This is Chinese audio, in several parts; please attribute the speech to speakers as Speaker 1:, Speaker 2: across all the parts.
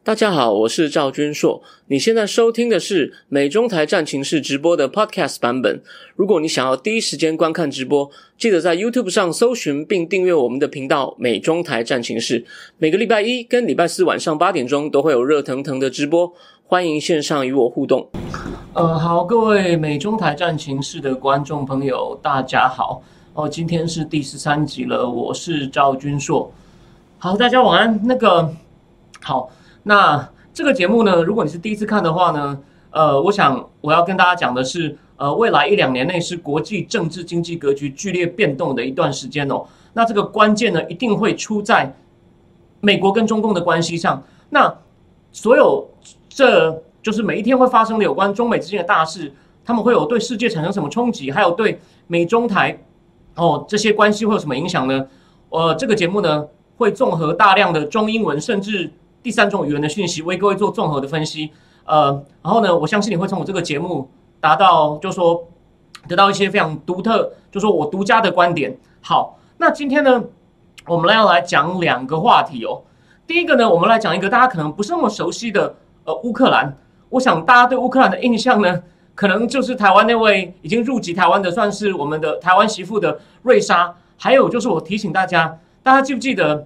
Speaker 1: 大家好，我是赵君硕。你现在收听的是美中台战情室直播的 Podcast 版本。如果你想要第一时间观看直播，记得在 YouTube 上搜寻并订阅我们的频道美中台战情室。每个礼拜一跟礼拜四晚上8点钟都会有热腾腾的直播，欢迎线上与我互动。好，各位美中台战情室的观众朋友，大家好。今天是第13集了，我是赵君硕。好，大家晚安。好。那这个节目呢，如果你是第一次看的话呢，我想我要跟大家讲的是，未来1-2年内是国际政治经济格局剧烈变动的一段时间哦。那这个关键呢，一定会出在美国跟中共的关系上。那所有这就是每一天会发生的有关中美之间的大事，他们会有对世界产生什么冲击，还有对美中台这些关系会有什么影响呢？这个节目呢会综合大量的中英文甚至第3种语言的讯息，为各位做综合的分析。然后呢，我相信你会从我这个节目达到，就是说得到一些非常独特，就是说我独家的观点。好，那今天呢，我们要来讲2个话题哦。第一个呢，我们来讲一个大家可能不是那么熟悉的乌克兰。我想大家对乌克兰的印象呢，可能就是台湾那位已经入籍台湾的，算是我们的台湾媳妇的瑞莎。还有就是我提醒大家，大家记不记得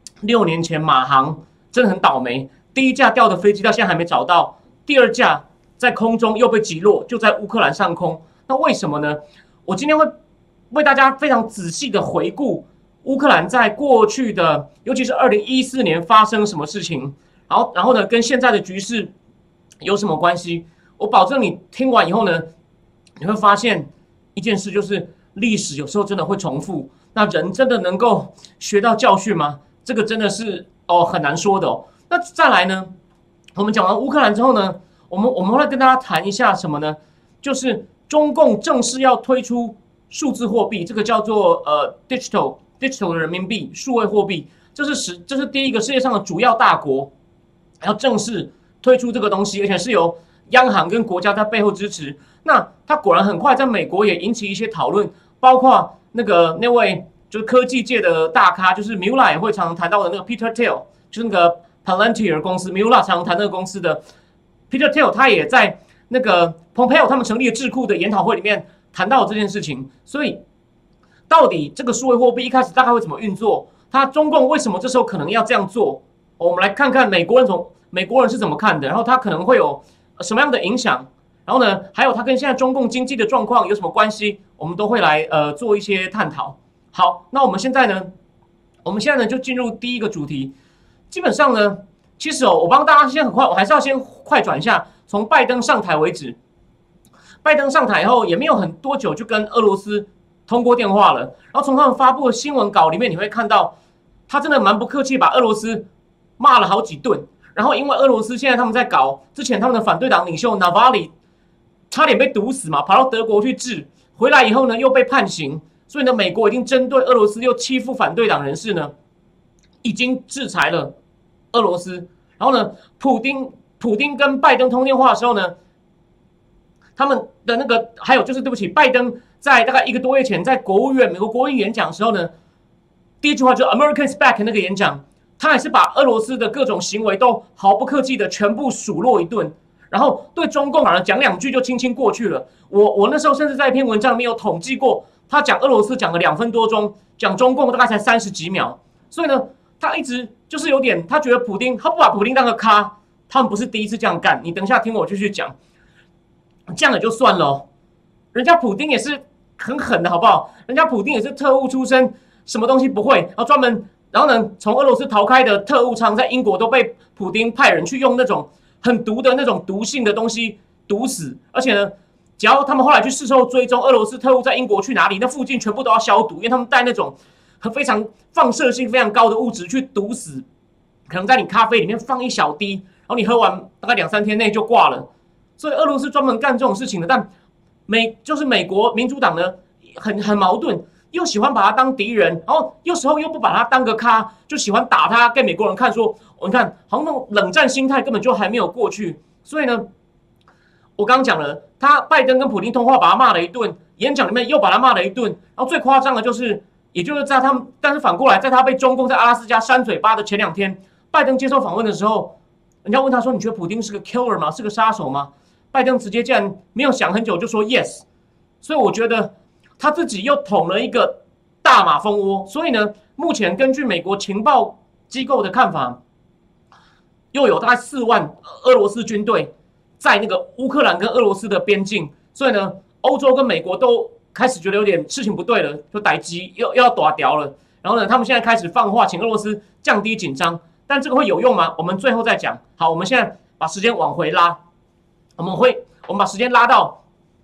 Speaker 1: 6年前马航真的很倒霉，第一架掉的飞机到现在还没找到，第2架在空中又被击落，就在乌克兰上空。那为什么呢？我今天会为大家非常仔细的回顾乌克兰在过去的，尤其是2014年发生什么事情，然后呢，跟现在的局势有什么关系？我保证你听完以后呢，你会发现一件事，就是历史有时候真的会重复。那人真的能够学到教训吗？这个真的是很难说的哦。那再来呢，我们讲完乌克兰之后呢，我们会跟大家谈一下什么呢？就是中共正式要推出数字货币，这个叫做digital 的人民币，数位货币。这是第一个世界上的主要大国要正式推出这个东西，而且是由央行跟国家在背后支持。那它果然很快在美国也引起一些讨论，包括那位就是科技界的大咖，就是 Mula 也会常常谈到的那个 Peter Thiel， 就是那个 Palantir 公司 Mula 常常谈那个公司的 Peter Thiel， 他也在那个 Pompeo 他们成立的智库的研讨会里面谈到这件事情。所以到底这个数位货币一开始大概会怎么运作？中共为什么这时候可能要这样做？我们来看看美国人是怎么看的，然后它可能会有什么样的影响？然后呢，还有它跟现在中共经济的状况有什么关系？我们都会来做一些探讨。好，那我们现在呢就进入第一个主题。基本上呢，其实我帮大家先很快，我还是要先快转一下，从拜登上台为止。拜登上台以后也没有很多久就跟俄罗斯通过电话了，然后从他们发布的新闻稿里面你会看到，他真的蛮不客气，把俄罗斯骂了好几顿。然后因为俄罗斯现在他们在搞，之前他们的反对党领袖 Navalny 差点被毒死嘛，跑到德国去治，回来以后呢又被判刑，所以呢美国已经针对俄罗斯又欺负反对党人士呢，已经制裁了俄罗斯。然后呢，普丁跟拜登通电话的时候呢，他们的还有就是对不起，拜登在大概1个多月前在美国国务院演讲的时候呢，第一句话就是 Americans Back 那个演讲，他还是把俄罗斯的各种行为都毫不客气的全部数落一顿，然后对中共好像讲2句就轻轻过去了。我那时候甚至在一篇文章里面有统计过，他讲俄罗斯讲了2分多钟，讲中共大概才30几秒。所以呢，他一直就是有点，他觉得他不把普丁当个咖，他们不是第一次这样干。你等一下听我继续讲，这样也就算了人家普丁也是很狠的好不好？人家普丁也是特务出身，什么东西不会，然后呢，从俄罗斯逃开的特务仓在英国都被普丁派人去用那种很毒的那种毒性的东西毒死，而且呢，只要他们后来去事后追踪俄罗斯特务在英国去哪里，那附近全部都要消毒，因为他们带那种非常放射性非常高的物质去毒死，可能在你咖啡里面放1小滴，然后你喝完大概2-3天内就挂了。所以俄罗斯专门干这种事情的，但美国民主党呢很矛盾，又喜欢把他当敌人，然后有时候又不把他当个咖，就喜欢打他，给美国人看说，你看好像那种冷战心态根本就还没有过去。所以呢，我刚刚讲了，拜登跟普丁通话把他骂了一顿，演讲里面又把他骂了一顿，然后最夸张的就是，也就是在但是反过来，在他被中共在阿拉斯加扇嘴巴的前2天，拜登接受访问的时候， 人家问他说：“你觉得普丁是个 killer 吗？是个杀手吗？”拜登直接竟然没有想很久就说 yes。所以我觉得他自己又捅了一个大马蜂窝。所以呢，目前根据美国情报机构的看法，又有大概4万俄罗斯军队在那个乌克兰跟俄罗斯的边境。所以呢，欧洲跟美国都开始觉得有点事情不对了，就逮鸡又要打掉了。然后呢，他们现在开始放话，请俄罗斯降低紧张。但这个会有用吗？我们最后再讲。好，我们现在把时间往回拉，我们把时间拉到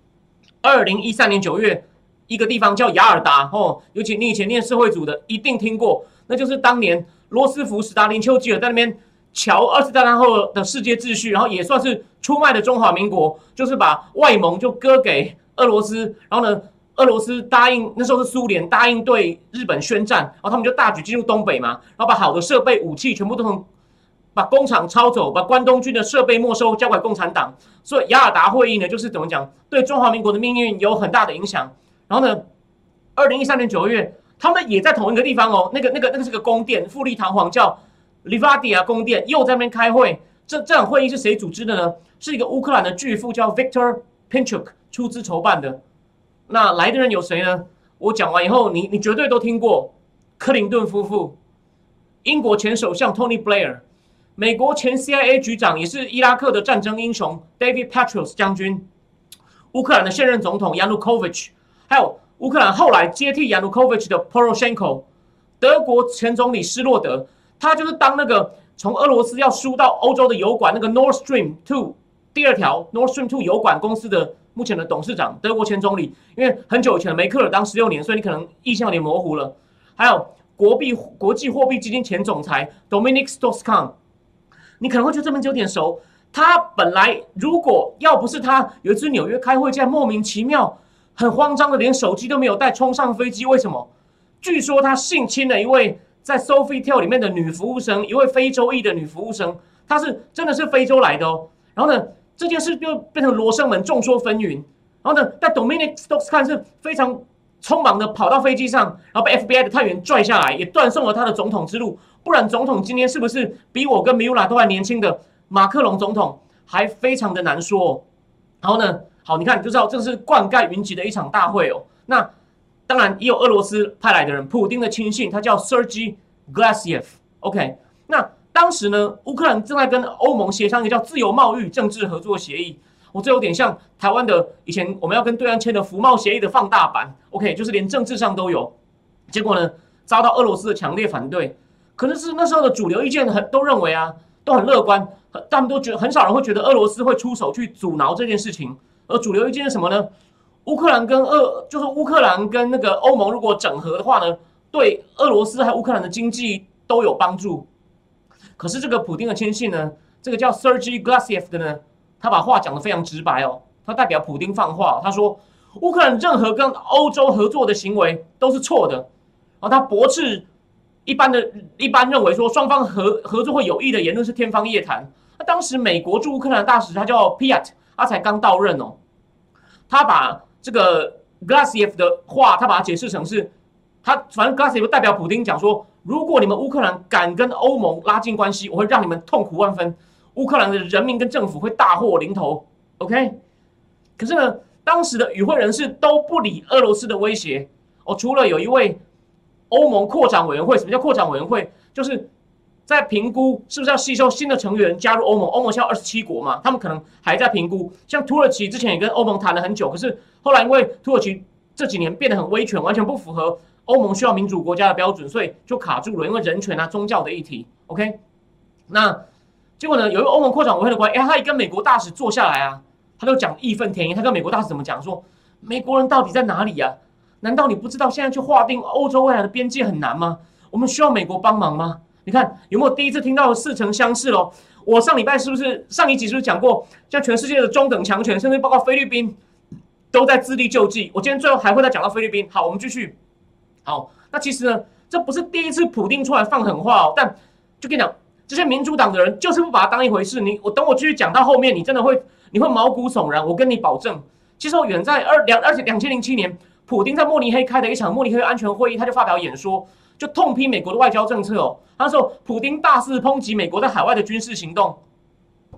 Speaker 1: 2013年9月，一个地方叫雅尔达尤其你以前念社会组的一定听过，那就是当年罗斯福、史达林、丘吉尔在那边瞧2次大战后的世界秩序，然后也算是出卖的中华民国，就是把外蒙就割给俄罗斯，然后呢，俄罗斯答应，那时候是苏联答应对日本宣战，然后他们就大举进入东北嘛，然后把好的设备、武器全部都从把工厂抄走，把关东军的设备没收，交给共产党。所以雅尔达会议呢，就是怎么讲，对中华民国的命运有很大的影响。然后呢，2013年9月，他们也在同一个地方那个是个宫殿，富丽堂皇，叫 Livadia 宫殿，又在那边开会。这场会议是谁组织的呢？是一个乌克兰的巨富叫 Viktor Pinchuk 出资筹办的。那来的人有谁呢？我讲完以后，你绝对都听过克林顿夫妇、英国前首相 Tony Blair、美国前 CIA 局长，也是伊拉克的战争英雄 David Petraeus 将军、乌克兰的现任总统 Yanukovych， 还有乌克兰后来接替 Yanukovych 的 Poroshenko， 德国前总理施洛德，他就是当那个从俄罗斯要输到欧洲的油管那个 Nord Stream 2第2条 Nord Stream 2油管公司的目前的董事长，德国前总理，因为很久以前的梅克尔当16年，所以你可能印象有点模糊了。还有国际货币基金前总裁 Dominic Strauss-Kahn， 你可能会觉得这名字有点熟。他本来如果要不是他有一次纽约开会，竟然莫名其妙、很慌张的连手机都没有带冲上飞机，为什么？据说他性侵了一位在 Sofitel 里面的女服务生，一位非洲裔的女服务生，她是真的是非洲来的然后呢，这件事就变成罗生门，众说纷纭。然后呢，但 Dominic Strauss-Kahn 是非常匆忙的跑到飞机上，然后被 FBI 的探员拽下来，也断送了他的总统之路。不然总统今天是不是比我跟米乌拉都还年轻的马克龙总统，还非常的难说然后呢，好，你看你就知道这是灌溉云集的一场大会那当然也有俄罗斯派来的人，普丁的亲信，他叫 Sergei Glasiev。OK， 那当时呢，乌克兰正在跟欧盟协商一个叫自由贸易政治合作协议。这有点像台湾的以前我们要跟对岸签的服贸协议的放大版 ，OK， 就是连政治上都有。结果呢，遭到俄罗斯的强烈反对。可是那时候的主流意见都认为都很乐观，他们都觉得很少人会觉得俄罗斯会出手去阻挠这件事情。而主流意见是什么呢？乌克兰跟那个欧盟如果整合的话呢，对俄罗斯还有乌克兰的经济都有帮助。可是这个普丁的亲信呢，这个叫 Sergei Glasiev 的呢，他把话讲得非常直白他代表普丁放话，他说乌克兰任何跟欧洲合作的行为都是错的，然后他驳斥一般认为说双方合作会有益的言论是天方夜谭。那当时美国驻乌克兰的大使他叫 Piat， 他才刚到任他把这个 Glasiev 的话，他把它解释成是反正 Glasiev 代表普丁讲说，如果你们乌克兰敢跟欧盟拉近关系，我会让你们痛苦万分。乌克兰的人民跟政府会大祸临头 ，OK？ 可是呢，当时的与会人士都不理俄罗斯的威胁除了有一位欧盟扩展委员会。什么叫扩展委员会？就是在评估是不是要吸收新的成员加入欧盟。欧盟现在27国嘛，他们可能还在评估。像土耳其之前也跟欧盟谈了很久，可是后来因为土耳其这几年变得很威权，完全不符合欧盟需要民主国家的标准，所以就卡住了，因为人权宗教的议题 ，OK？ 那结果呢，有一个欧盟扩展委员会的官员，他一跟美国大使坐下来他就讲义愤填膺。他跟美国大使怎么讲？说美国人到底在哪里难道你不知道现在去划定欧洲未来的边界很难吗？我们需要美国帮忙吗？你看有没有第一次听到似曾相识咯？我上礼拜上一集是不是讲过，像全世界的中等强权，甚至包括菲律宾，都在自力救济。我今天最后还会再讲到菲律宾。好，我们继续。好，那其实呢，这不是第一次普丁出来放狠话但就跟你讲。这些民主党的人就是不把它当一回事。等我继续讲到后面，你真的会毛骨悚然。我跟你保证。其实远在2007年，普丁在慕尼黑开的一场慕尼黑安全会议，他就发表演说，就痛批美国的外交政策他说普丁大肆抨击美国在海外的军事行动。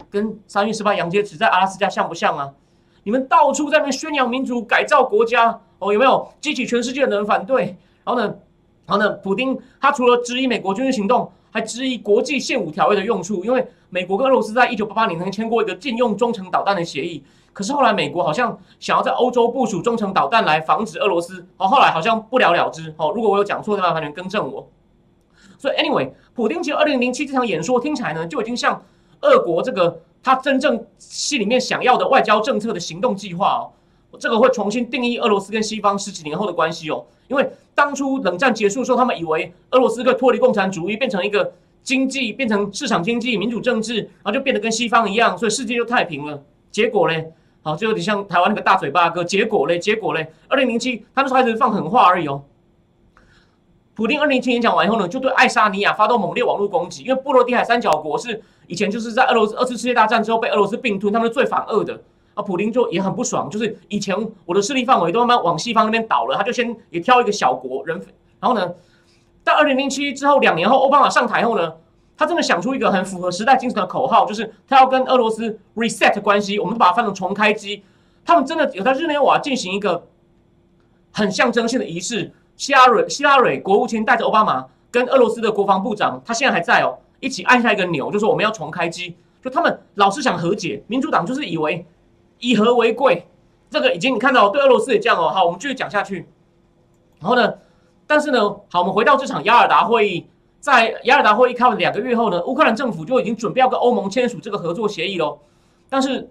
Speaker 1: 跟3月18洋结池在阿拉斯加像不像啊？你们到处在那边宣扬民主、改造国家，有没有激起全世界的人反对？然后呢，普丁他除了质疑美国军事行动，还质疑国际限武条约的用处，因为美国跟俄罗斯在1988年曾签过一个禁用中程导弹的协议，可是后来美国好像想要在欧洲部署中程导弹来防止俄罗斯，后来好像不了了之。如果我有讲错的话，麻烦更正我。所以 anyway， 普丁其实2007这场演说听起来呢，就已经像俄国这个他真正心里面想要的外交政策的行动计划这个会重新定义俄罗斯跟西方10几年后的关系因为当初冷战结束的时候，他们以为俄罗斯会脱离共产主义，变成一个经济，变成市场经济、民主政治，然后就变得跟西方一样，所以世界就太平了。结果嘞，就有点像台湾那个大嘴巴哥。结果嘞，2007他那时候还是放狠话而已普丁2007年讲完以后呢，就对爱沙尼亚发动猛烈网络攻击，因为波罗的海三角国是以前就是在2次世界大战之后被俄罗斯并吞，他们是最反俄的。普丁就也很不爽，就是以前我的势力范围都慢慢往西方那边倒了，他就先也挑一个小国人，然后呢，到2007之后2年后，奥巴马上台后呢，他真的想出一个很符合时代精神的口号，就是他要跟俄罗斯 reset 关系，我们把它翻成重开机。他们真的有在日内瓦进行一个很象征性的仪式。希拉蕊国务卿带着奥巴马跟俄罗斯的国防部长，他现在还在一起按下一个钮，就说我们要重开机。就他们老是想和解，民主党就是以为以和为贵，这个已经你看到对俄罗斯也这样好，我们继续讲下去。然后呢，但是呢，好，我们回到这场雅尔达会议，在雅尔达会议开完2个月后呢，乌克兰政府就已经准备要跟欧盟签署这个合作协议咯。但是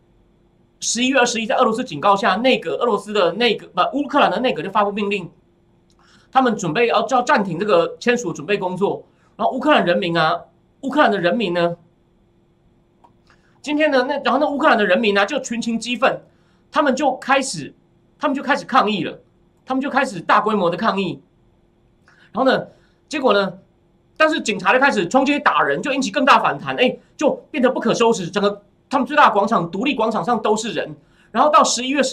Speaker 1: 11月21日，在俄罗斯警告下，俄罗斯的乌克兰的内阁就发布命令。他们准备要暂停这个签署准备工作，然后乌克兰的人民呢，今天呢，然后那乌克兰的人民呢就群情激愤，他们就开始抗议了，他们就开始大规模的抗议，然后呢，结果呢，但是警察就开始冲进去打人，就引起更大反弹，就变得不可收拾，整个他们最大的广场独立广场上都是人，然后到12月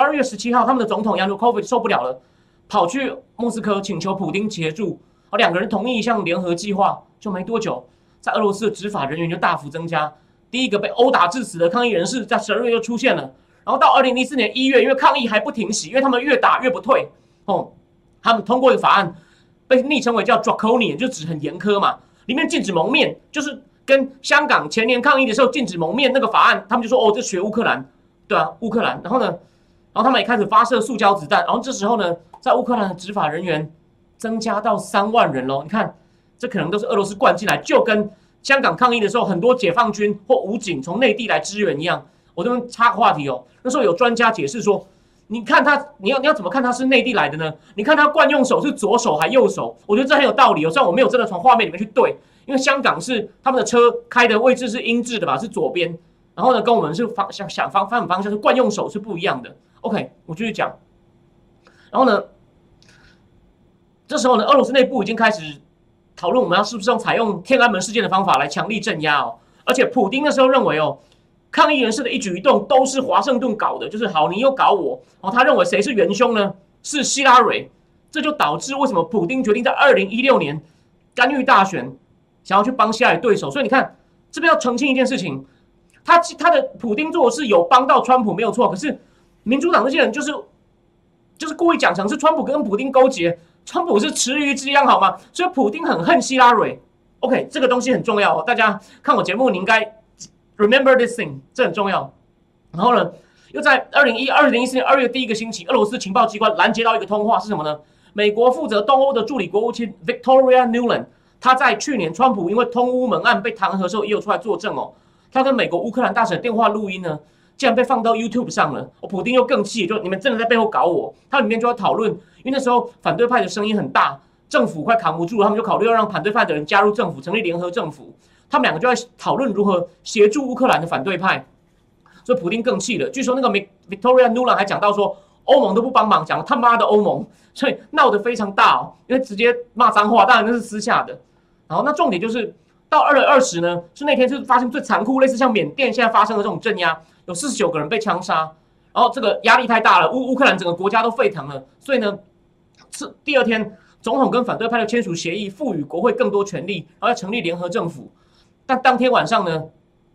Speaker 1: 17号，他们的总统亚努科维奇受不了了。跑去莫斯科请求普丁协助，2个人同意一项联合计划，就没多久，在俄罗斯的执法人员就大幅增加。第一个被殴打致死的抗议人士在12月就出现了，然后到2014年1月，因为抗议还不停息，因为他们越打越不退，他们通过一个法案，被昵称为叫 Draconian， 就指很严苛嘛，里面禁止蒙面，就是跟香港前年抗议的时候禁止蒙面那个法案，他们就说这学乌克兰，对啊，乌克兰，然后他们也开始发射塑胶子弹，然后这时候呢，在乌克兰的执法人员增加到3万人咯。你看，这可能都是俄罗斯灌进来，就跟香港抗议的时候，很多解放军或武警从内地来支援一样。我这边插个话题那时候有专家解释说，你看他，你要怎么看他是内地来的呢？你看他惯用手是左手还右手，我觉得这很有道理虽然我没有真的从画面里面去对，因为香港是他们的车开的位置是英制的吧，是左边，然后呢，跟我们是方向是惯用手是不一样的。OK， 我继续讲。然后呢，这时候呢，俄罗斯内部已经开始讨论我们是不是采用天安门事件的方法来强力镇压而且普丁那时候认为抗议人士的一举一动都是华盛顿搞的，就是好你又搞我，然后他认为谁是元凶呢？是希拉蕊，这就导致为什么普丁决定在2016年干预大选，想要去帮希拉蕊对手。所以你看这边要澄清一件事情，他的普丁做的是有帮到川普没有错，可是民主党这些人就是故意讲成是川普跟普丁勾结，川普是池鱼之殃好吗？所以普丁很恨希拉蕊。OK， 这个东西很重要大家看我节目你应该 remember this thing， 这很重要。然后呢，又在2014年2月第一个星期，俄罗斯情报机关拦截到一个通话是什么呢？美国负责东欧的助理国务卿 Victoria Nuland， 他在去年川普因为通乌门案被弹劾的时候也有出来作证他跟美国乌克兰大使的电话录音呢，竟然被放到 YouTube 上了。普丁又更气，就你们真的在背后搞我。他里面就要讨论，因为那时候反对派的声音很大，政府快扛不住了，他们就考虑要让反对派的人加入政府，成立联合政府。他们2个就在讨论如何协助乌克兰的反对派，所以普丁更气了。据说那个 Victoria Nuland 还讲到说，欧盟都不帮忙，讲他妈的欧盟，所以闹得非常大因为直接骂脏话，当然那是私下的。然后那重点就是到2月20呢，是那天是发生最残酷，类似像缅甸现在发生的这种镇压，有49个人被枪杀，然后这个压力太大了，乌克兰整个国家都沸腾了，所以呢，第2天总统跟反对派就签署协议，赋予国会更多权力，然后要成立联合政府。但当天晚上呢，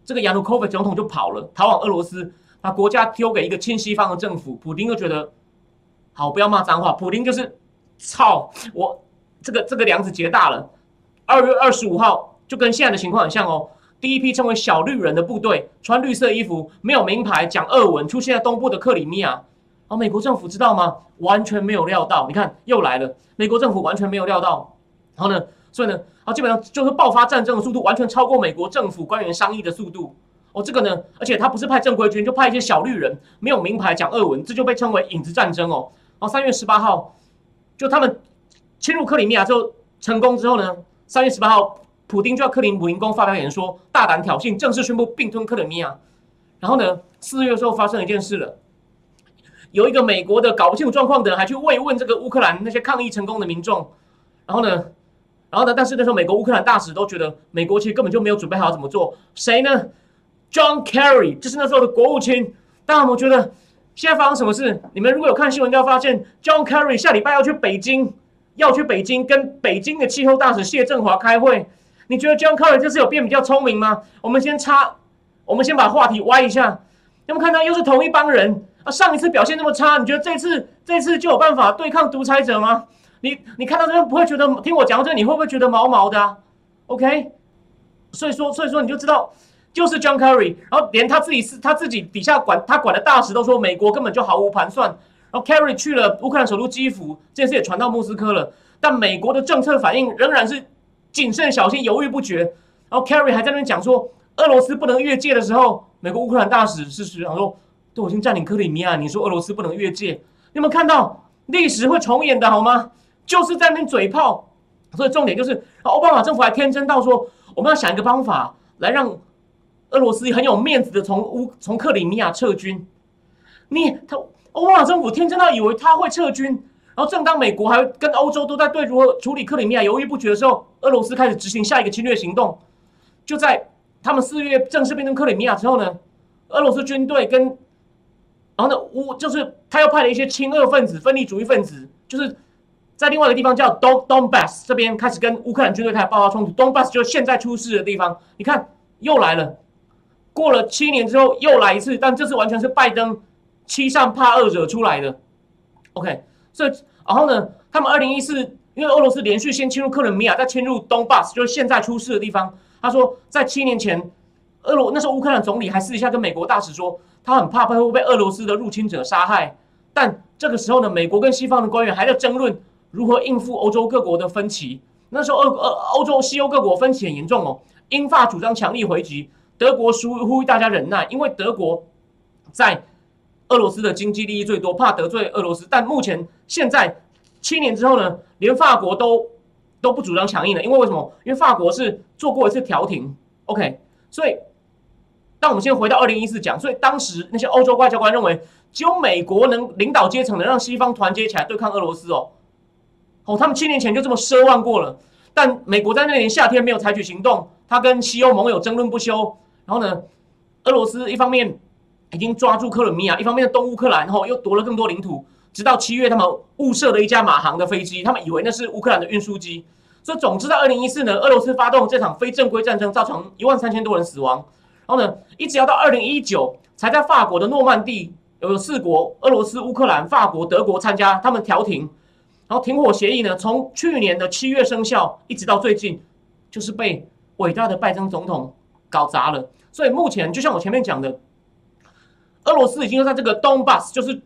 Speaker 1: 这个亚努科维奇总统就跑了，逃往俄罗斯，把国家丢给一个亲西方的政府。普丁就觉得，好，不要骂脏话，普丁就是操我这个梁子结大了。2月25号就跟现在的情况很像哦。第一批称为小绿人的部队，穿绿色衣服，没有名牌，讲俄文，出现在东部的克里米亚。美国政府知道吗？完全没有料到。你看又来了，美国政府完全没有料到。然后呢，所以呢，基本上就是爆发战争的速度完全超过美国政府官员商议的速度。这个呢，而且他不是派正规军，就派一些小绿人，没有名牌，讲俄文，这就被称为影子战争哦。然后3月18号，就他们侵入克里米亚之后成功之后呢，3月18号。普丁就要克林姆林宫发表演说，大胆挑衅，正式宣布并吞克里米亚。然后呢，4月的时候发生一件事了，有一个美国的搞不清楚状况的人还去慰问这个乌克兰那些抗议成功的民众。然后呢，但是那时候美国乌克兰大使都觉得美国其实根本就没有准备好怎么做。谁呢 ？John Kerry， 就是那时候的国务卿。大家有没有觉得现在发生什么事？你们如果有看新闻，就要发现 John Kerry 下礼拜要去北京跟北京的气候大使谢振华开会。你觉得 John Kerry 这次有变比较聪明吗？我们先把话题歪一下。有没有看到又是同一帮人啊？上一次表现那么差，你觉得这次就有办法对抗独裁者吗？你看到这边不会觉得，听我讲到这，你会不会觉得毛毛的啊 ？OK， 所以说你就知道，就是 John Kerry， 然后连他自己底下管的大使都说美国根本就毫无盘算。然后 Kerry 去了乌克兰首都基辅，这件事也传到莫斯科了，但美国的政策反应仍然是谨慎小心、犹豫不决。然后 Kerry 还在那边讲说，俄罗斯不能越界的时候，美国乌克兰大使是想说，都已经占领克里米亚，你说俄罗斯不能越界？你有没有看到历史会重演的好吗？就是在那边嘴炮。所以重点就是奥巴马政府还天真到说，我们要想一个方法来让俄罗斯很有面子的从克里米亚撤军。奥巴马政府天真到以为他会撤军，然后正当美国还跟欧洲都在对如何处理克里米亚犹豫不决的时候，俄罗斯开始执行下一个侵略行动。就在他们4月正式并吞克里米亚之后呢，俄罗斯军队然后呢，就是他又派了一些亲俄分子、分离主义分子，就是在另外一个地方叫 Donbass 这边开始跟乌克兰军队开始爆发冲突。Donbass 就是现在出事的地方。你看又来了，过了7年之后又来一次，但这次完全是拜登欺善怕恶惹出来的。OK， 所以然后呢，他们2014因为俄罗斯连续先侵入克里米亚，再侵入 Donbass 就是现在出事的地方。他说在7年前，那时候乌克兰总理还私底下跟美国大使说，他很怕会被俄罗斯的入侵者杀害。但这个时候呢，美国跟西方的官员还在争论如何应付欧洲各国的分歧。那时候西欧各国分歧很严重哦，英法主张强力回击，德国呼吁大家忍耐，因为德国在俄罗斯的经济利益最多，怕得罪俄罗斯。但现在7年之后呢，连法国都不主张强硬了，因为为什么？因为法国是做过一次调停 ，OK， 所以当我们先回到2014讲，所以当时那些欧洲外交官认为，只有美国领导阶层能让西方团结起来对抗俄罗斯哦，他们7年前就这么奢望过了，但美国在那年夏天没有采取行动，他跟西欧盟友争论不休，然后呢，俄罗斯一方面已经抓住克里米亚，一方面东乌克兰又夺了更多领土。直到7月，他们误射了一架马航的飞机，他们以为那是乌克兰的运输机。所以，总之，在2014呢，俄罗斯发动这场非正规战争，造成13000多人死亡。然后呢，一直要到2019，才在法国的诺曼底有4国——俄罗斯、乌克兰、法国、德国参加，他们调停。然后停火协议呢，从去年的7月生效，一直到最近，就是被伟大的拜登总统搞砸了。所以目前，就像我前面讲的，俄罗斯已经在这个 Donbass， 就是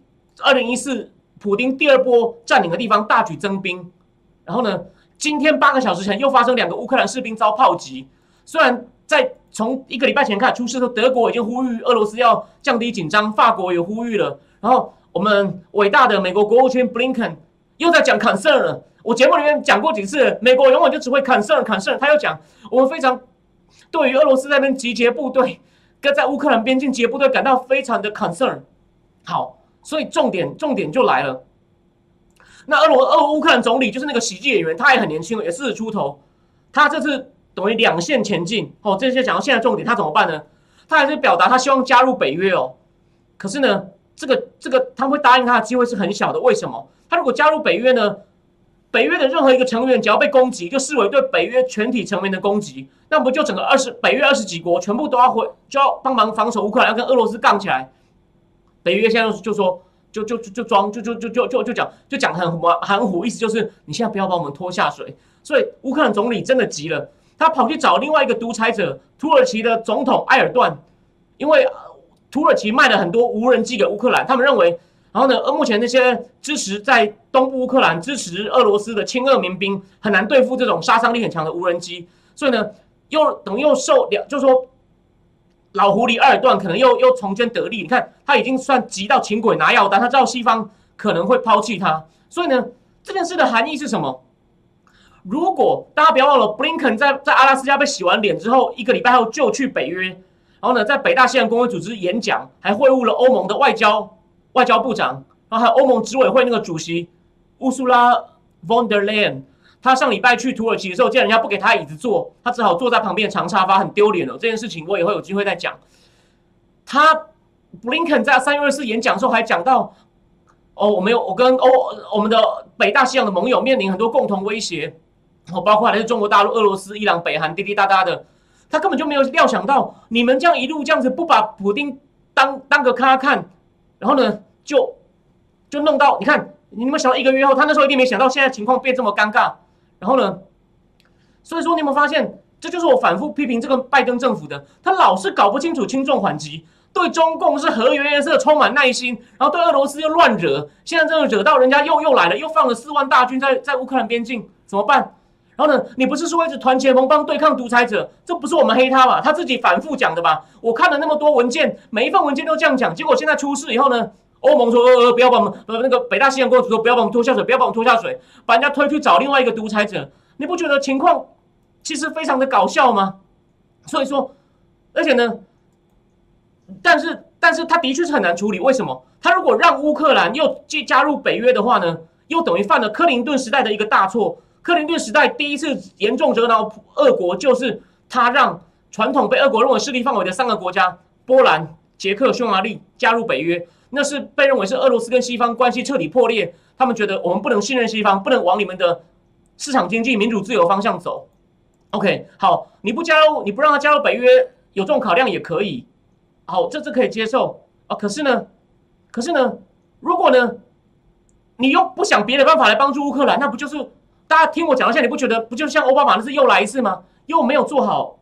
Speaker 1: 2014。普丁第2波占领的地方大举增兵，然后呢，今天8个小时前又发生2个乌克兰士兵遭炮击。虽然从1个礼拜前开始出事的时候，德国已经呼吁俄罗斯要降低紧张，法国也呼吁了，然后我们伟大的美国国务卿 Blinken 又在讲 concern 了。我节目里面讲过几次，美国永远就只会 concern， 他又讲我们非常对于俄罗斯在那边集结部队，跟在乌克兰边境集结部队感到非常的 concern。好。所以重点就来了。那乌克兰总理就是那个喜剧演员，他也很年轻，也40出头。他这次等于2线前进这些讲到现在重点，他怎么办呢？他还是表达他希望加入北约哦。可是呢，这个他们会答应他的机会是很小的。为什么？他如果加入北约呢， 北约的任何一个成员只要被攻击，就视为对北约全体成员的攻击，那不就整个北约20几国全部都就要帮忙防守乌克兰，要跟俄罗斯杠起来？北约现在就说就讲很含糊，意思就是你现在不要把我们拖下水。所以乌克兰总理真的急了，他跑去找另外一个独裁者土耳其的总统埃尔段，因为土耳其卖了很多无人机给乌克兰，他们认为。然后呢，目前那些支持在东部乌克兰支持俄罗斯的亲俄民兵很难对付这种杀伤力很强的无人机，所以呢，又就是说老狐狸埃尔段可能又从间得利。你看他已经算急到请鬼拿药单，他知道西方可能会抛弃他，所以呢，这件事的含义是什么？如果大家不要忘了，布林肯在阿拉斯加被洗完脸之后，1个礼拜后就去北约，然后呢，在北大西洋公约组织演讲，还会晤了欧盟的外交部长，然后还有欧盟执委会那个主席乌苏拉 von der Leyen， 他上礼拜去土耳其的时候，见人家不给他椅子坐，他只好坐在旁边的长沙发，很丢脸哦。这件事情我也会有机会再讲。布林肯在3月24演讲的时候还讲到，我跟我们的北大西洋的盟友面临很多共同威胁，包括来自中国大陆、俄罗斯、伊朗、北韩，滴滴答答的。他根本就没有料想到，你们这样一路这样子不把普丁当个咖看，然后呢？就弄到，你看，你有没有想到1个月后，他那时候一定没想到现在情况变这么尴尬。然后呢，所以说你有没有发现，这就是我反复批评这个拜登政府的，他老是搞不清楚轻重缓急，对中共是和颜悦色，充满耐心，然后对俄罗斯又乱惹，现在真的惹到人家又来了，又放了4万大军在乌克兰边境，怎么办？然后呢，你不是说一直团结盟邦对抗独裁者，这不是我们黑他吧？他自己反复讲的吧？我看了那么多文件，每一份文件都这样讲，结果现在出事以后呢？欧盟说不要把我们那个北大西洋公约组织说不要把我们拖下水，不要把我们拖下水，把人家推去找另外一个独裁者，你不觉得情况其实非常的搞笑吗？所以说，而且呢，但是他的确是很难处理，为什么？他如果让乌克兰又加入北约的话呢，又等于犯了克林顿时代的一个大错。克林顿时代第一次严重惹恼俄国，就是他让传统被俄国认为势力范围的3个国家波兰、捷克、匈牙利加入北约。那是被认为是俄罗斯跟西方关系彻底破裂，他们觉得我们不能信任西方，不能往你们的市场经济、民主自由方向走。OK， 好，你不让他加入北约，有这种考量也可以，好，这可以接受啊。可是呢，如果呢，你用不想别的办法来帮助乌克兰，那不就是大家听我讲一下，你不觉得不就像奥巴马那次又来一次吗？又没有做好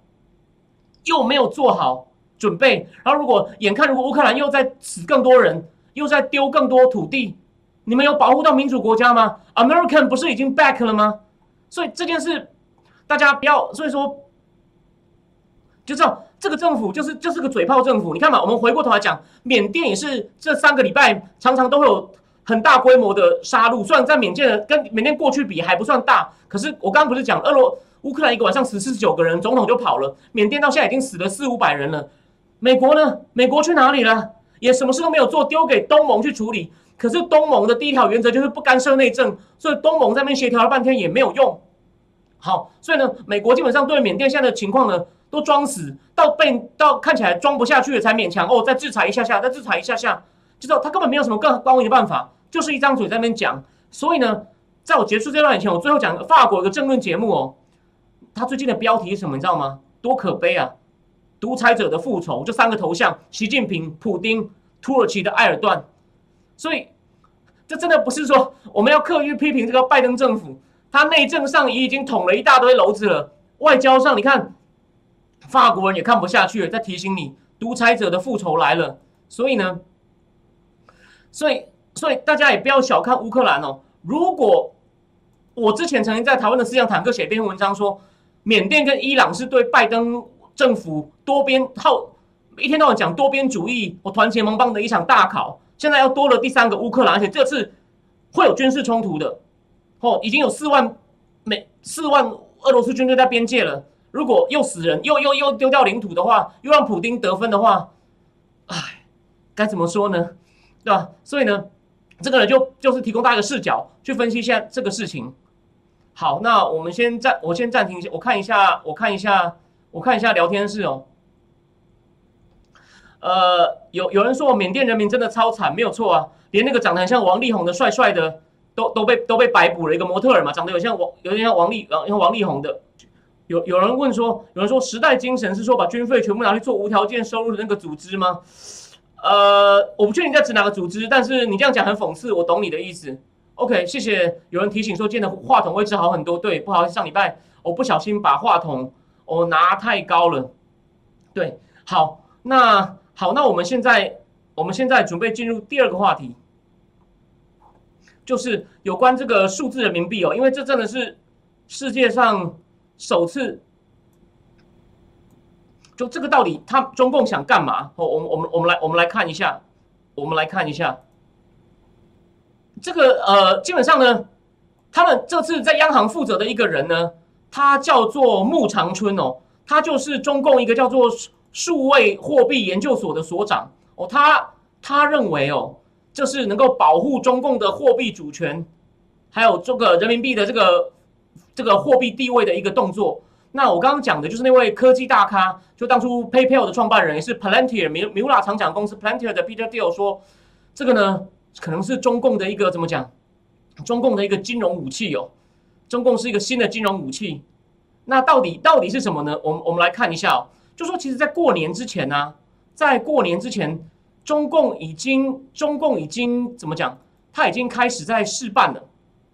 Speaker 1: 准备，然后如果乌克兰又在死更多人，又在丢更多土地，你们有保护到民主国家吗 ？American 不是已经 back 了吗？所以这件事大家不要，所以说就知道这个政府就是个嘴炮政府。你看嘛，我们回过头来讲，缅甸也是这3个礼拜常常都会有很大规模的杀戮，虽然在缅甸跟缅甸过去比还不算大，可是我刚刚不是讲乌克兰一个晚上死49个人，总统就跑了，缅甸到现在已经死了400-500人了。美国呢？美国去哪里了？也什么事都没有做，丢给东盟去处理。可是东盟的第一条原则就是不干涉内政，所以东盟在那边协调了半天也没有用。好，所以呢，美国基本上对缅甸现在的情况呢，都装死，到看起来装不下去了，才勉强再制裁一下下，再制裁一下下，就知道他根本没有什么更高明的办法，就是一张嘴在那边讲。所以呢，在我结束这段以前，我最后讲法国有个政论节目他最近的标题是什么？你知道吗？多可悲啊！独裁者的复仇，就3个头像：习近平、普丁、土耳其的埃尔段。所以，这真的不是说我们要刻意批评这个拜登政府，他内政上已经捅了一大堆篓子了，外交上你看，法国人也看不下去了，在提醒你，独裁者的复仇来了。所以呢，所以大家也不要小看乌克兰哦。如果我之前曾经在台湾的思想坦克写一篇文章说，缅甸跟伊朗是对拜登政府一天到晚讲多边主义，团结盟邦的一场大考，现在要多了第3个乌克兰，而且这次会有军事冲突的，已经有4万俄罗斯军队在边界了。如果又死人，又丢掉领土的话，又让普丁得分的话，该怎么说呢？对吧？所以呢，这个呢就是提供大家一个视角去分析一下这个事情。好，那我先暂停一下，我看一下聊天室哦。有人说缅甸人民真的超惨，没有错啊，连那个长得很像王力宏的帅帅的都被逮捕了一个模特儿嘛，长得有点像王力宏的。有人说时代精神是说把军费全部拿去做无条件收入的那个组织吗？我不确定你在指哪个组织，但是你这样讲很讽刺，我懂你的意思。OK， 谢谢。有人提醒说今天的话筒位置好很多，对，不好意思，上礼拜我不小心把话筒拿太高了。对，好，那我们现在准备进入第二个话题，就是有关这个数字人民币因为这真的是世界上首次。就这个到底中共想干嘛？我们来看一下，这个基本上呢，他们这次在央行负责的一个人呢，他叫做穆长春他就是中共一个叫做数位货币研究所的所长他认为这是能够保护中共的货币主权，还有这个人民币的这个货币地位的一个动作。那我刚刚讲的就是那位科技大咖，就当初 PayPal 的创办人，也是 Palantir 米乌拉长讲公司 Palantir 的 Peter Thiel 说，这个呢可能是中共的一个怎么讲？中共的一个金融武器中共是一个新的金融武器。那到底是什么呢？我们来看一下就说其实在过年之前中共已经怎么讲？他已经开始在试办了。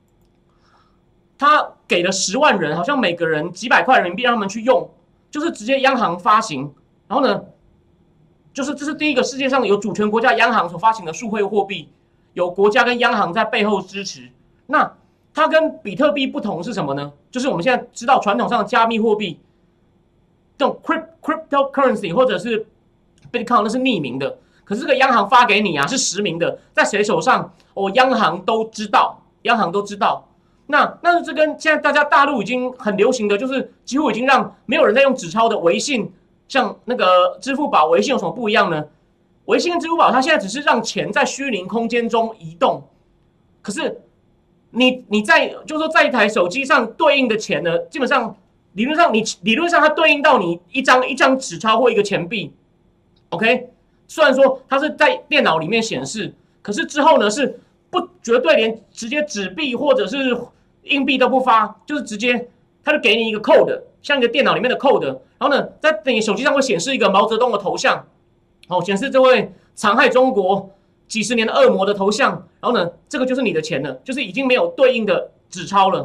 Speaker 1: 他给了10万人，好像每个人几百块人民币让他们去用，就是直接央行发行。然后呢，就是这是第一个世界上有主权国家央行所发行的数位货币，有国家跟央行在背后支持。那它跟比特币不同是什么呢？就是我们现在知道传统上的加密货币，这种 cryptocurrency 或者是 Bitcoin 那是匿名的，可是这个央行发给你是实名的，在谁手上央行都知道。那这跟现在大家大陆已经很流行的，就是几乎已经让没有人在用纸钞的微信，像那个支付宝、微信有什么不一样呢？微信跟支付宝，它现在只是让钱在虚拟空间中移动，可是你在就是说在一台手机上对应的钱呢，基本上理论上它对应到你一张纸钞或一个钱币 ，OK？ 虽然说它是在电脑里面显示，可是之后呢是不绝对连直接纸币或者是硬币都不发，就是直接他就给你一个 code， 像一个电脑里面的 code， 然后呢，在你手机上会显示一个毛泽东的头像，显示这位残害中国几十年的恶魔的头像，然后呢，这个就是你的钱了，就是已经没有对应的纸钞了。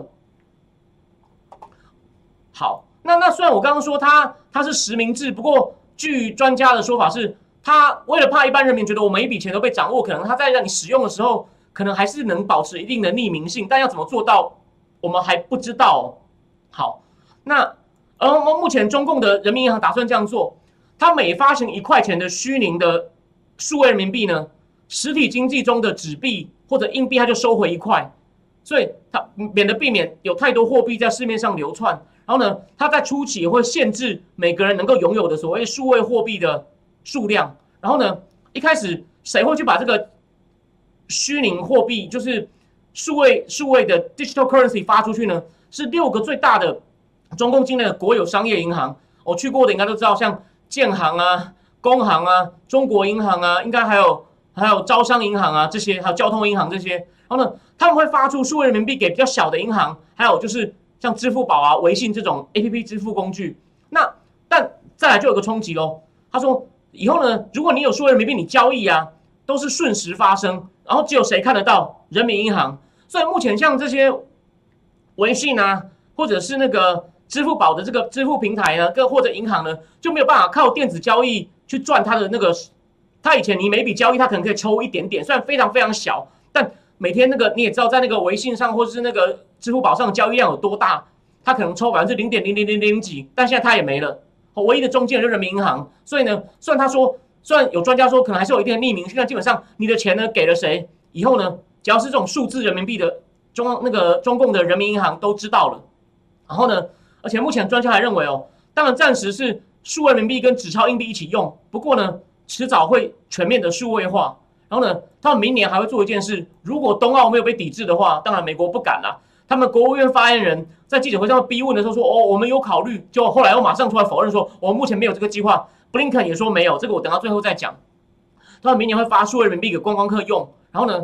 Speaker 1: 好，那虽然我刚刚说它是实名制，不过据专家的说法是，他为了怕一般人民觉得我每一笔钱都被掌握，可能他在让你使用的时候，可能还是能保持一定的匿名性，但要怎么做到？我们还不知道好，那目前中共的人民银行打算这样做，它每发行1块钱的虚拟的数位人民币呢，实体经济中的纸币或者硬币，它就收回1块，所以它避免有太多货币在市面上流窜。然后呢，它在初期也会限制每个人能够拥有的所谓数位货币的数量。然后呢，一开始谁会去把这个虚拟货币，就是数位的 digital currency 发出去呢？是6个最大的中共境内的国有商业银行，我去过的应该都知道，像建行啊、工行啊、中国银行啊，应该还有招商银行啊这些，还有交通银行这些。然后呢，他们会发出数位人民币给比较小的银行，还有就是像支付宝啊、微信这种 APP 支付工具。但再来就有个冲击咯，他说以后呢，如果你有数位人民币，你交易都是瞬时发生，然后只有谁看得到？人民银行。所以目前像这些微信或者是那个支付宝的这个支付平台呢，或者银行呢，就没有办法靠电子交易去赚它的那个。它以前你每笔交易它可能可以抽一点点，虽然非常非常小，但每天那个你也知道，在那个微信上或者是那个支付宝上的交易量有多大，它可能抽0.0000几，但现在它也没了。唯一的中间人就是人民银行。所以呢，虽然有专家说可能还是有一定的匿名性，但基本上你的钱呢给了谁，以后呢，只要是这种数字人民币的中共的人民银行都知道了。然后呢，而且目前专家还认为当然暂时是数位人民币跟纸钞硬币一起用，不过呢，迟早会全面的数位化。然后呢，他们明年还会做一件事，如果冬奥没有被抵制的话，当然美国不敢啦。他们国务院发言人在记者会上逼问的时候说：“我们有考虑。”就后来又马上出来否认说：“我们目前没有这个计划。” Blinken 也说没有，这个我等到最后再讲。他们明年会发数位人民币给观光客用。然后呢，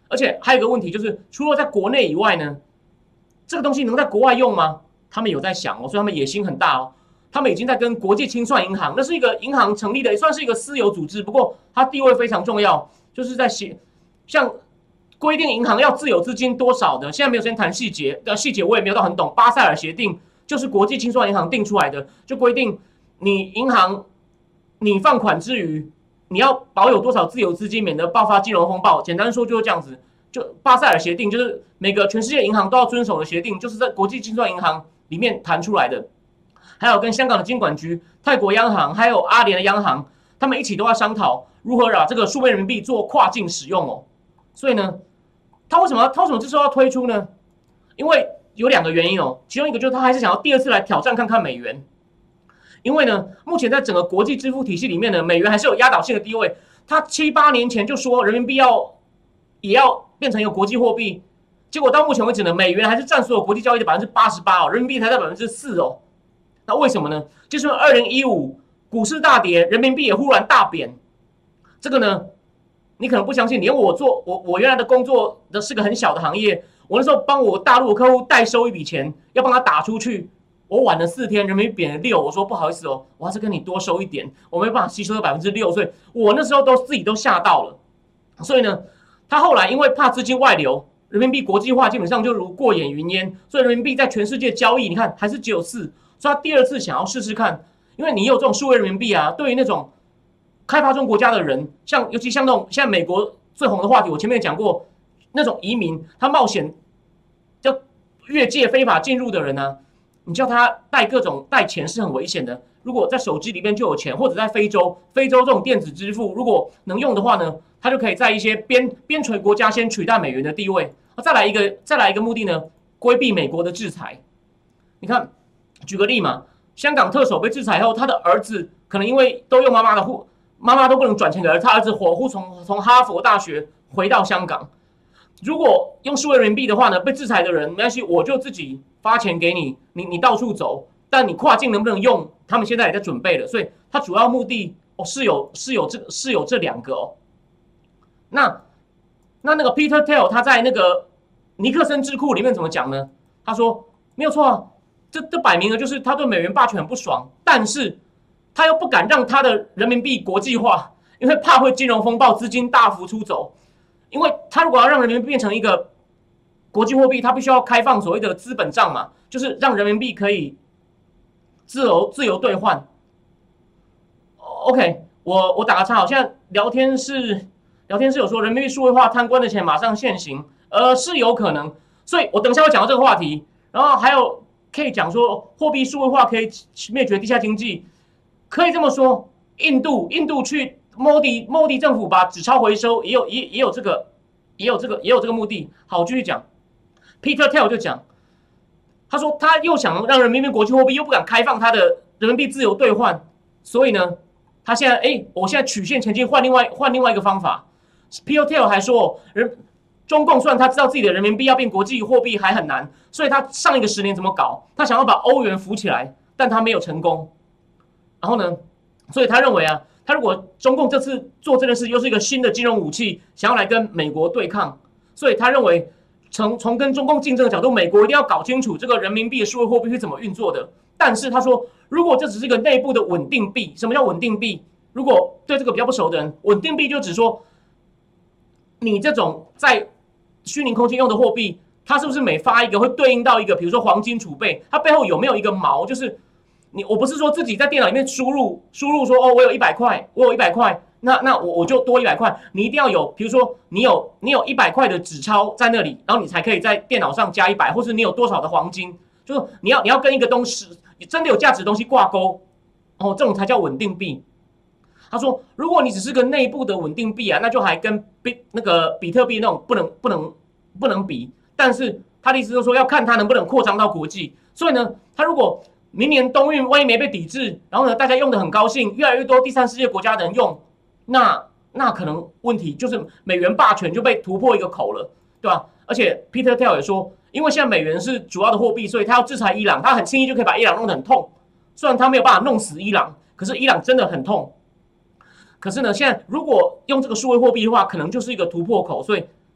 Speaker 1: 而且还有一个问题就是，除了在国内以外呢，这个东西能在国外用吗？他们有在想哦，所以他们野心很大哦。他们已经在跟国际清算银行，那是一个银行成立的，也算是一个私有组织，不过它地位非常重要，就是在像规定银行要自有资金多少的，现在没有时间谈细节，细节我也没有到很懂。巴塞尔协定就是国际清算银行定出来的，就规定你银行你放款之余，你要保有多少自有资金，免得爆发金融风暴。简单说就是这样子。就巴塞尔协定就是每个全世界银行都要遵守的协定，就是在国际清算银行里面谈出来的。还有跟香港的金管局、泰国央行还有阿联的央行，他们一起都要商讨如何把这个数位人民币做跨境使用哦。所以呢，他为什么这时候要推出呢？因为有2个原因哦，其中一个就是他还是想要第2次来挑战看看美元。因为呢，目前在整个国际支付体系里面呢，美元还是有压倒性的地位。他7、8年前就说人民币也要变成一个国际货币，结果到目前为止呢，美元还是占所有国际交易的88%哦，人民币才在4%哦。那为什么呢？就是因为2015股市大跌，人民币也忽然大贬。这个呢，你可能不相信，连我原来的工作的是个很小的行业，我那时候帮我大陆的客户代收一笔钱，要帮他打出去，我晚了4天，人民币贬了6，我说不好意思哦，我还是跟你多收一点，我没办法吸收到6%，所以我那时候自己都吓到了。所以呢，他后来因为怕资金外流，人民币国际化基本上就如过眼云烟，所以人民币在全世界交易，你看还是只有4。所以他第2次想要试试看，因为你有这种数位人民币啊，对于那种开发中国家的人，尤其像那种现在美国最红的话题，我前面讲过，那种移民他冒险要越界非法进入的人呢、啊，你叫他带钱是很危险的。如果在手机里面就有钱，或者在非洲这种电子支付，如果能用的话呢，他就可以在一些边陲国家先取代美元的地位。再来一个目的呢，规避美国的制裁。你看。举个例嘛，香港特首被制裁后，他的儿子可能因为都用妈妈的户，妈妈都不能转钱给儿子，他儿子火速从哈佛大学回到香港。如果用数位人民币的话呢，被制裁的人没关系，我就自己发钱给你，你到处走，但你跨境能不能用，他们现在也在准备了。所以他主要目的是有这2个哦。那个 Peter Thiel 他在那个尼克森智库里面怎么讲呢？他说没有错啊。这摆明了就是他对美元霸权很不爽，但是他又不敢让他的人民币国际化，因为怕会金融风暴，资金大幅出走。因为他如果要让人民币变成一个国际货币，他必须要开放所谓的资本账嘛，就是让人民币可以自由兑换。OK， 我打个岔，现在聊天室有说人民币数位化，贪官的钱马上现形，是有可能，所以我等一下会讲到这个话题，然后还有。可以讲说货币数位化可以灭绝地下经济，可以这么说。印度去Modi政府把纸钞回收，也有这个目的。好，继续讲。Peter Thiel 就讲，他说他又想让人民币国际货币，又不敢开放他的人民币自由兑换，所以呢，他现在我现在曲线前进，换另外一个方法。Peter Thiel 还说，中共虽然他知道自己的人民币要变国际货币还很难，所以他上一个10年怎么搞？他想要把欧元扶起来，但他没有成功。然后呢，所以他认为啊，他如果中共这次做这件事，又是一个新的金融武器，想要来跟美国对抗，所以他认为从跟中共竞争的角度，美国一定要搞清楚这个人民币的数位货币是怎么运作的。但是他说，如果这只是一个内部的稳定币，什么叫稳定币？如果对这个比较不熟的人，稳定币就只说你这种在虚拟空间用的货币，它是不是每发一个会对应到一个，比如说黄金储备，它背后有没有一个锚？就是我不是说自己在电脑里面输入说我有100块，那我就多100块。你一定要有，比如说你有100块的纸钞在那里，然后你才可以在电脑上加100，或是你有多少的黄金，就是你要跟一个东西真的有价值的东西挂钩，这种才叫稳定币。他说，如果你只是个内部的稳定币啊，那就还跟比特币那种不能比。但是他的意思就是说，要看它能不能扩张到国际。所以呢，他如果明年冬运万一没被抵制，然后呢大家用的很高兴，越来越多第三世界国家的人用，那可能问题就是美元霸权就被突破一个口了，对吧？而且 Peter Thiel 也说，因为现在美元是主要的货币，所以他要制裁伊朗，他很轻易就可以把伊朗弄得很痛。虽然他没有办法弄死伊朗，可是伊朗真的很痛。可是呢，现在如果用这个数位货币的话，可能就是一个突破口，所以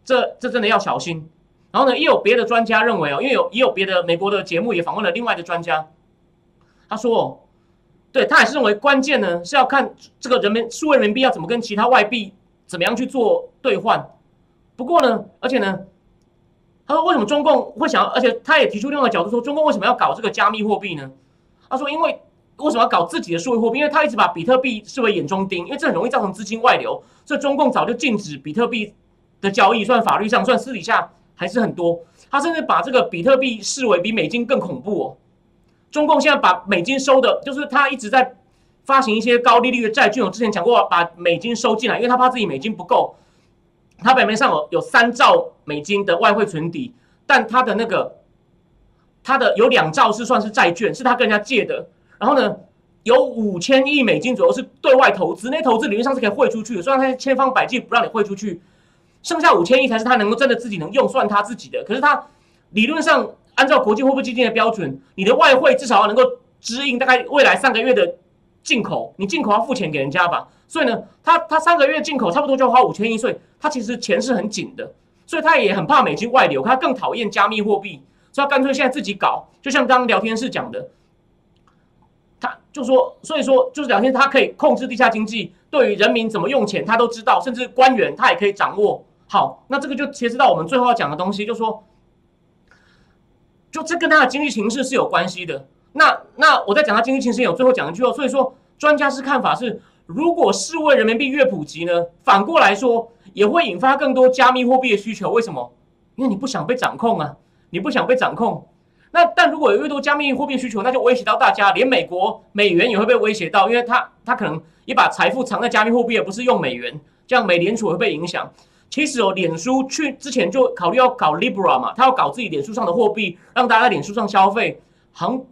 Speaker 1: 这真的要小心。然后呢，也有别的专家认为因为也有别的美国的节目也访问了另外的专家，他说对他也是认为关键呢是要看这个数位人民币要怎么跟其他外币怎么样去做兑换。不过呢，而且呢，他说为什么中共会想要，而且他也提出另外一个角度说，中共为什么要搞这个加密货币呢？他说因为为什么要搞自己的数位货币？因为他一直把比特币视为眼中钉，因为这很容易造成资金外流，所以中共早就禁止比特币的交易，算法律上，算私底下还是很多。他甚至把这个比特币视为比美金更恐怖哦。中共现在把美金收的，就是他一直在发行一些高利率的债券。我之前讲过，把美金收进来，因为他怕自己美金不够。他表面上有3兆美金的外汇存底，但他的有2兆是算是债券，是他跟人家借的。然后呢，有5000亿美金左右是对外投资，那些投资理论上是可以汇出去的，虽然他千方百计不让你汇出去，剩下5000亿才是他能够真的自己能用，算他自己的。可是他理论上按照国际货币基金的标准，你的外汇至少要能够支应大概未来3个月的进口，你进口要付钱给人家吧。所以呢，他3个月进口差不多就要花5000亿，所以他其实钱是很紧的，所以他也很怕美金外流，他更讨厌加密货币，所以他干脆现在自己搞。就像刚刚聊天室讲的。他就说，所以说就是聊天，他可以控制地下经济，对于人民怎么用钱，他都知道，甚至官员他也可以掌握。好，那这个就切实到我们最后要讲的东西，就说，就这跟他的经济形势是有关系的。那我在讲他经济形势，有最后讲一句哦，所以说专家是看法是，如果数位人民币越普及呢，反过来说也会引发更多加密货币的需求。为什么？因为你不想被掌控啊，你不想被掌控。但如果有越多加密货币需求，那就威胁到大家，连美元也会被威胁到，因为他可能也把财富藏在加密货币，而不是用美元，这样美联储会被影响。其实脸书之前就考虑要搞 Libra 嘛，他要搞自己脸书上的货币，让大家在脸书上消费。好像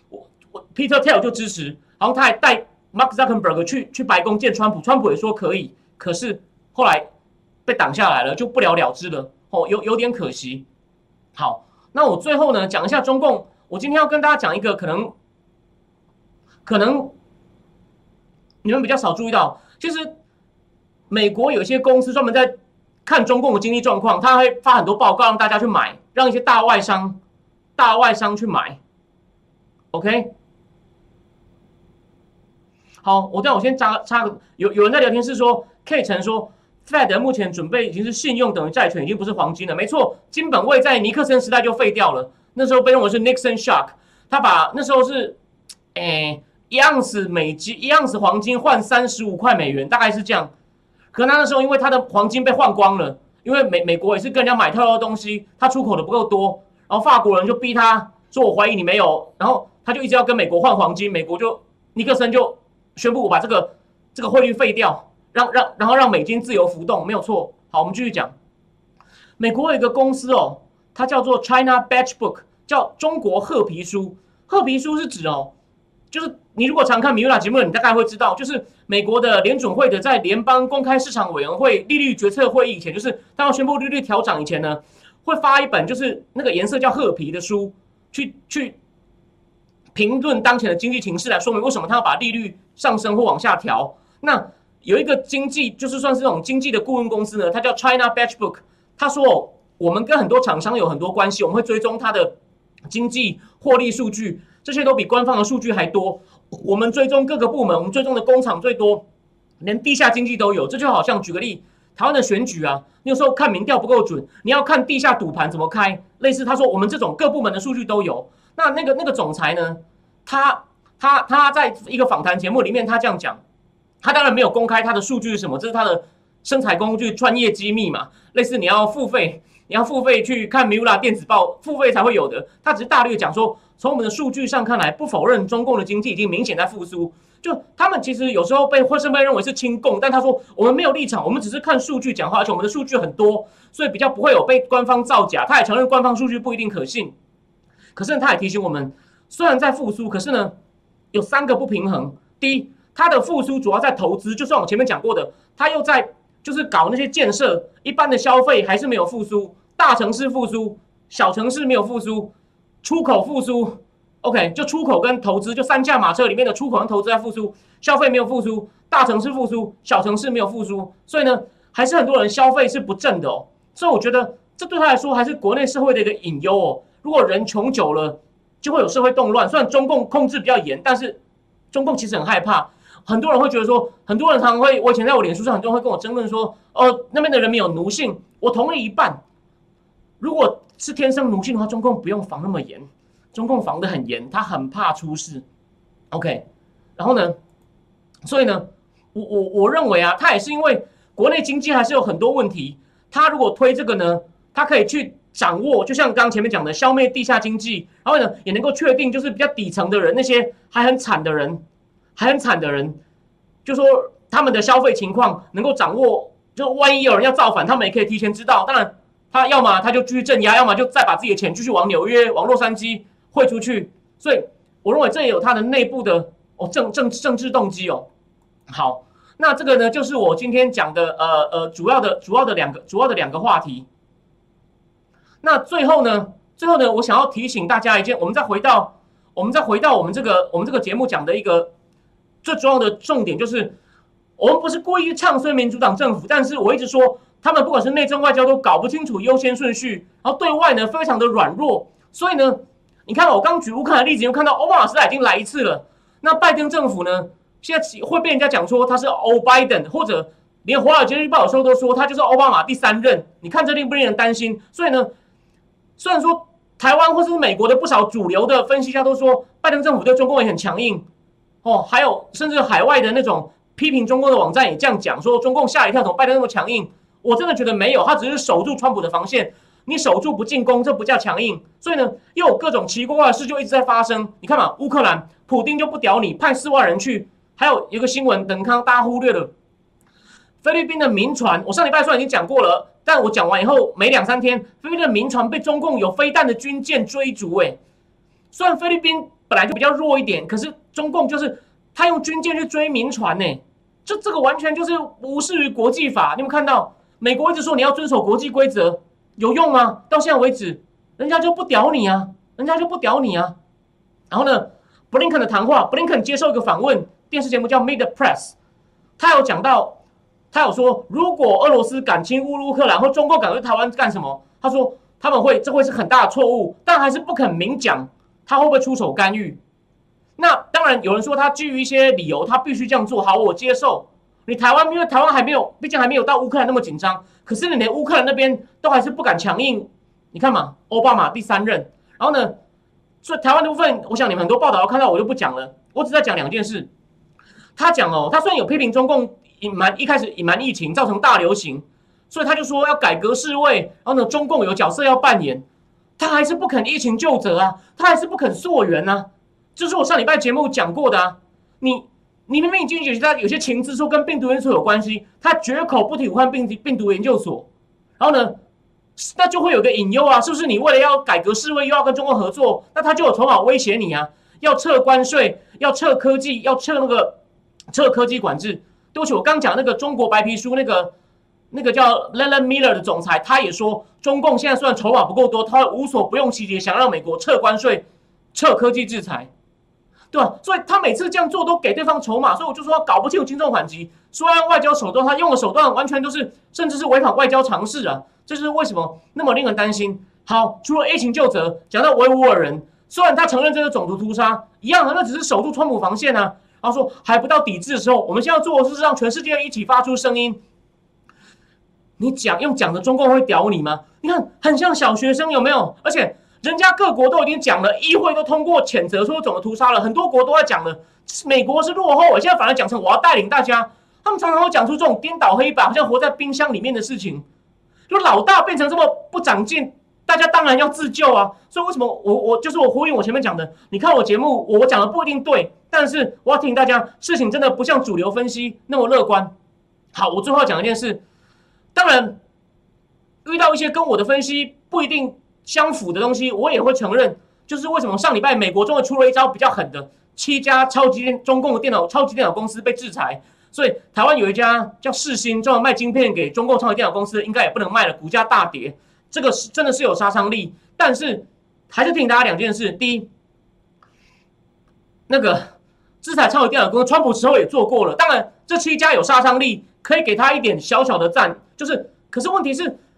Speaker 1: Peter Thiel 就支持，好像他还带 Mark Zuckerberg 去白宫见川普，川普也说可以，可是后来被挡下来了，就不了了之了。有点可惜。好。那我最后呢讲一下中共，我今天要跟大家讲一个可能你们比较少注意到，其实美国有一些公司专门在看中共的经济状况，他会发很多报告让大家去买，让一些大外商去买。OK， 好，我先插个，有人在聊天室说 ，K 陈说。Fed 目前准备已经是信用等于债券，已经不是黄金了。没错，金本位在尼克森时代就废掉了，那时候被认为是 Nixon Shock。他把那时候是1盎司黄金换35块美元，大概是这样。可那时候因为他的黄金被换光了，因为美国也是跟人家买太多东西，他出口的不够多，然后法国人就逼他说：“我怀疑你没有。”然后他就一直要跟美国换黄金，尼克森就宣布我把这个汇率废掉。然后让美金自由浮动，没有错。好，我们继续讲。美国有一个公司哦，它叫做 China Batch Book， 叫中国褐皮书。褐皮书是指就是你如果常看米拉节目，你大概会知道，就是美国的联准会的在联邦公开市场委员会利率决策会议以前，就是当要宣布利率调涨以前呢，会发一本就是那个颜色叫褐皮的书，去评论当前的经济情势，来说明为什么他要把利率上升或往下调。那有一个就是算是这种经济的顾问公司呢，它叫 China Batch Book。他说，我们跟很多厂商有很多关系，我们会追踪它的经济获利数据，这些都比官方的数据还多。我们追踪各个部门，我们追踪的工厂最多，连地下经济都有。这就好像举个例，台湾的选举啊，你有时候看民调不够准，你要看地下赌盘怎么开。类似他说，我们这种各部门的数据都有。那个总裁呢，他在一个访谈节目里面，他这样讲。他当然没有公开他的数据是什么，这是他的生财工具专业机密嘛。类似你要付费去看 Mula 电子报，付费才会有的。他只是大略讲说，从我们的数据上看来，不否认中共的经济已经明显在复苏。就他们其实有时候被认为是亲共，但他说我们没有立场，我们只是看数据讲话，而且我们的数据很多，所以比较不会有被官方造假。他也承认官方数据不一定可信，可是他也提醒我们，虽然在复苏，可是呢有3个不平衡。第一，它的复苏主要在投资，就像我前面讲过的，它又在就是搞那些建设，一般的消费还是没有复苏，大城市复苏，小城市没有复苏，出口复苏 ，OK， 就出口跟投资，就3驾马车里面的出口跟投资在复苏，消费没有复苏，大城市复苏，小城市没有复苏，所以呢，还是很多人消费是不振的哦。 所以我觉得这对他来说还是国内社会的一个隐忧哦。如果人穷久了，就会有社会动乱。虽然中共控制比较严，但是中共其实很害怕。很多人会觉得说，很多人常会，我以前在我脸书上，很多人会跟我争论说，那边的人民有奴性，我同意一半。如果是天生奴性的话，中共不用防那么严，中共防得很严，他很怕出事。OK， 然后呢，所以呢，我认为啊，他也是因为国内经济还是有很多问题，他如果推这个呢，他可以去掌握，就像刚前面讲的，消灭地下经济，然后呢，也能够确定就是比较底层的人，那些还很惨的人，就说他们的消费情况能够掌握，就万一有人要造反，他们也可以提前知道。当然，他要么他就继续镇压，要么就再把自己的钱继续往纽约、往洛杉矶汇出去。所以我认为这也有他的内部的政治动机哦。好，那这个呢，就是我今天讲的主要的两个话题。那最后呢，我想要提醒大家一件，我们再回到我们这个节目讲的一个最重要的重点，就是我们不是故意唱衰民主党政府，但是我一直说他们不管是内政外交都搞不清楚优先顺序，然后对外呢非常的软弱，所以呢，你看我刚举乌克兰的例子，又看到奥巴马时代已经来一次了，那拜登政府呢，现在会被人家讲说他是欧拜登，或者连华尔街日报有时候都说他就是奥巴马第三任，你看这令不令人担心？所以呢，虽然说台湾或是美国的不少主流的分析家都说拜登政府对中共也很强硬哦，还有甚至海外的那种批评中共的网站也这样讲，说中共吓一跳，怎么拜登那么强硬？我真的觉得没有，他只是守住川普的防线，你守住不进攻，这不叫强硬。所以呢，又有各种奇怪的事就一直在发生。你看嘛，乌克兰普丁就不屌你，派4万人去，还有一个新闻，等康大家忽略了，菲律宾的民船，我上礼拜虽然已经讲过了。但我讲完以后没2-3天，菲律宾的民船被中共有飞弹的军舰追逐。虽然菲律宾本来就比较弱一点，可是中共就是他用军舰去追民船这个完全就是无视于国际法。你有没有看到？美国一直说你要遵守国际规则，有用吗？到现在为止，人家就不屌你啊。然后呢，布林肯的谈话，布林肯接受一个访问，电视节目叫 Meet the Press， 他有讲到。他有说，如果俄罗斯敢侵乌克兰，或中共敢对台湾干什么，他说这会是很大的错误，但还是不肯明讲他会不会出手干预。那当然有人说他基于一些理由，他必须这样做，好，我接受。你台湾因为台湾毕竟还没有到乌克兰那么紧张，可是你连乌克兰那边都还是不敢强硬。你看嘛，奥巴马第3任，然后呢，所以台湾的部分，我想你们很多报道要看到，我就不讲了，我只在讲2件事。他讲他虽然有批评中共。一开始隐瞒疫情，造成大流行，所以他就说要改革世卫，然后呢，中共有角色要扮演，他还是不肯疫情究责啊，他还是不肯溯源啊，这是我上礼拜节目讲过的啊。你明明已经有些情资说跟病毒研究所有关系，他绝口不提武汉病毒研究所，然后呢，那就会有个隐忧啊，是不是你为了要改革世卫又要跟中国合作，那他就有筹码威胁你啊，要撤关税，要撤科技，要撤科技管制。对不起，我刚讲那个中国白皮书那个叫 Leland Miller 的总裁，他也说，中共现在虽然筹码不够多，他会无所不用其极，想让美国撤关税、撤科技制裁，对吧？所以他每次这样做都给对方筹码，所以我就说搞不清楚轻重缓急。说按外交手段，他用的手段完全都是，甚至是违反外交常识啊！这是为什么那么令人担心？好，除了疫情究责，讲到维吾尔人，虽然他承认这是种族屠杀，一样的，那只是守住川普防线啊。然后说还不到抵制的时候，我们现在要做的是让全世界一起发出声音。你用讲的中共会屌你吗？你看很像小学生有没有？而且人家各国都已经讲了，议会都通过谴责说种族屠杀了，很多国都在讲了。美国是落后，现在反而讲成我要带领大家。他们常常会讲出这种颠倒黑白，好像活在冰箱里面的事情。就老大变成这么不长进，大家当然要自救啊。所以为什么我就是我呼应我前面讲的，你看我节目我讲的不一定对。但是我要提醒大家，事情真的不像主流分析那么乐观。好，我最后要讲一件事，当然遇到一些跟我的分析不一定相符的东西，我也会承认。就是为什么上礼拜美国终于出了一招比较狠的，7家中共的超级电脑公司被制裁，所以台湾有一家叫世芯，专门卖晶片给中共超级电脑公司，应该也不能卖了，股价大跌。这个真的是有杀伤力，但是还是提醒大家2件事：第一，那个制裁超级电脑公司，川普时候也做过了。当然，这7家有杀伤力，可以给他一点小小的赞。就是，可是问题是，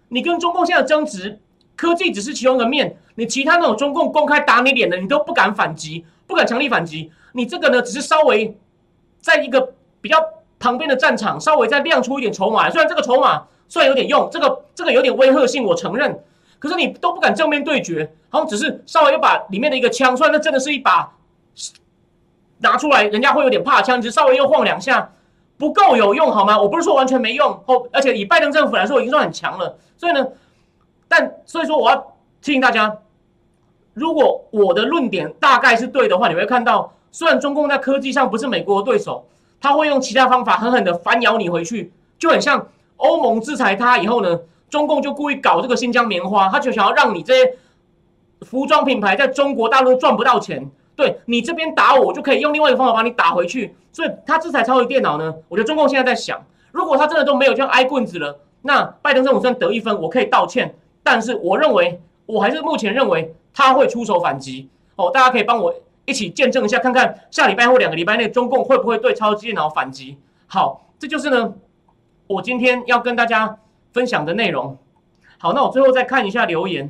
Speaker 1: 你跟中共现在的争执，科技只是其中一个面，你其他那种中共公开打你脸的，你都不敢反击，不敢强力反击。你这个呢，只是稍微在一个比较旁边的战场，稍微再亮出一点筹码。虽然这个筹码虽然有点用，这个有点威吓性，我承认。可是你都不敢正面对决，好像只是稍微又把里面的一个枪，虽然那真的是一把拿出来，人家会有点怕枪，只是稍微又晃2下，不够有用好吗？我不是说完全没用，而且以拜登政府来说，已经算很强了。所以呢，所以说我要提醒大家，如果我的论点大概是对的话，你会看到，虽然中共在科技上不是美国的对手，他会用其他方法狠狠的反咬你回去，就很像欧盟制裁他以后呢，中共就故意搞这个新疆棉花，他就想要让你这些服装品牌在中国大陆赚不到钱。对，你这边打我，就可以用另外一个方法把你打回去。所以他制裁超级电脑呢，我觉得中共现在在想，如果他真的都没有这样挨棍子了，那拜登政府虽然得1分，我可以道歉，但是我还是目前认为他会出手反击。大家可以帮我一起见证一下，看看下礼拜或2个礼拜内中共会不会对超级电脑反击。好，这就是呢我今天要跟大家分享的内容。好，那我最后再看一下留言。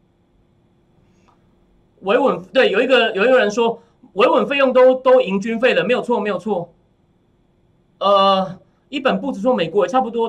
Speaker 1: 维稳，对，有一个人说维稳费用都赢军费了，没有错，没有错。一本不止说美国也差不多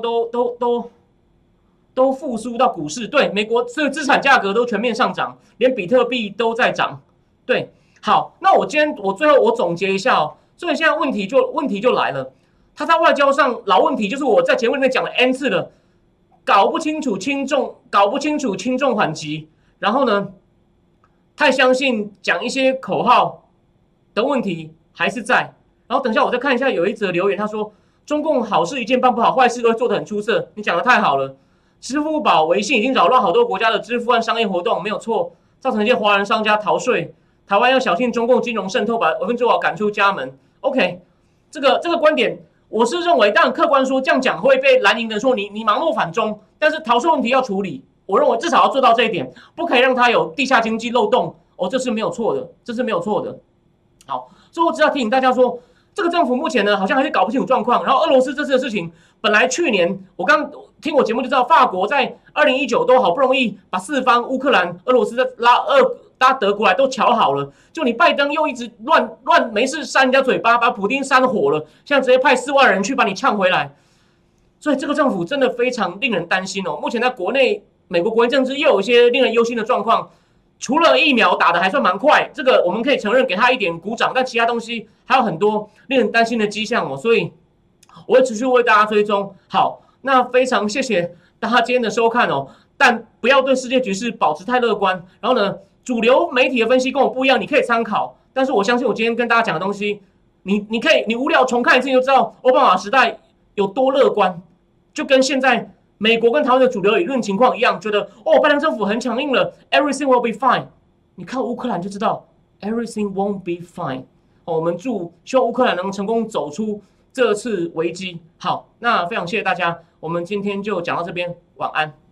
Speaker 1: 都复苏到股市，对，美国这个资产价格都全面上涨，连比特币都在涨。对，好，那我最后我总结一下哦，所以现在问题就来了，他在外交上老问题就是我在节目里面讲了 N 次了，搞不清楚轻重缓急，然后呢，太相信讲一些口号的问题还是在。然后等一下我再看一下，有一则留言，他说中共好事一件办不好，坏事都会做得很出色。你讲的太好了，支付宝、微信已经扰乱好多国家的支付和商业活动，没有错，造成一些华人商家逃税。台湾要小心中共金融渗透，把5%赶出家门。OK， 这个观点，我是认为，当然客观说这样讲会被蓝营的说你盲目反中，但是逃税问题要处理。我认为至少要做到这一点，不可以让它有地下经济漏洞。这是没有错的，这是没有错的。好，所以我只要提醒大家说，这个政府目前呢好像还是搞不清楚状况。然后俄罗斯这次的事情，本来去年我刚听我节目就知道，法国在2019都好不容易把4方乌克兰、俄罗斯拉德国来都瞧好了，就你拜登又一直乱没事扇人家嘴巴，把普丁扇火了，现在直接派4万人去把你呛回来。所以这个政府真的非常令人担心哦。目前在国内美国国内政治又有一些令人忧心的状况。除了疫苗打的还算蛮快，这个我们可以承认，给他一点鼓掌。但其他东西还有很多令人担心的迹象哦，所以我会持续为大家追踪。好，那非常谢谢大家今天的收看哦，但不要对世界局势保持太乐观。然后呢，主流媒体的分析跟我不一样，你可以参考。但是我相信我今天跟大家讲的东西，你无聊重看一次，你就知道奥巴马时代有多乐观，就跟现在。美国跟台湾的主流舆论情况一样，觉得拜登政府很强硬了 ，everything will be fine。你看乌克兰就知道 everything won't be fine。我们希望乌克兰能成功走出这次危机。好，那非常谢谢大家，我们今天就讲到这边，晚安。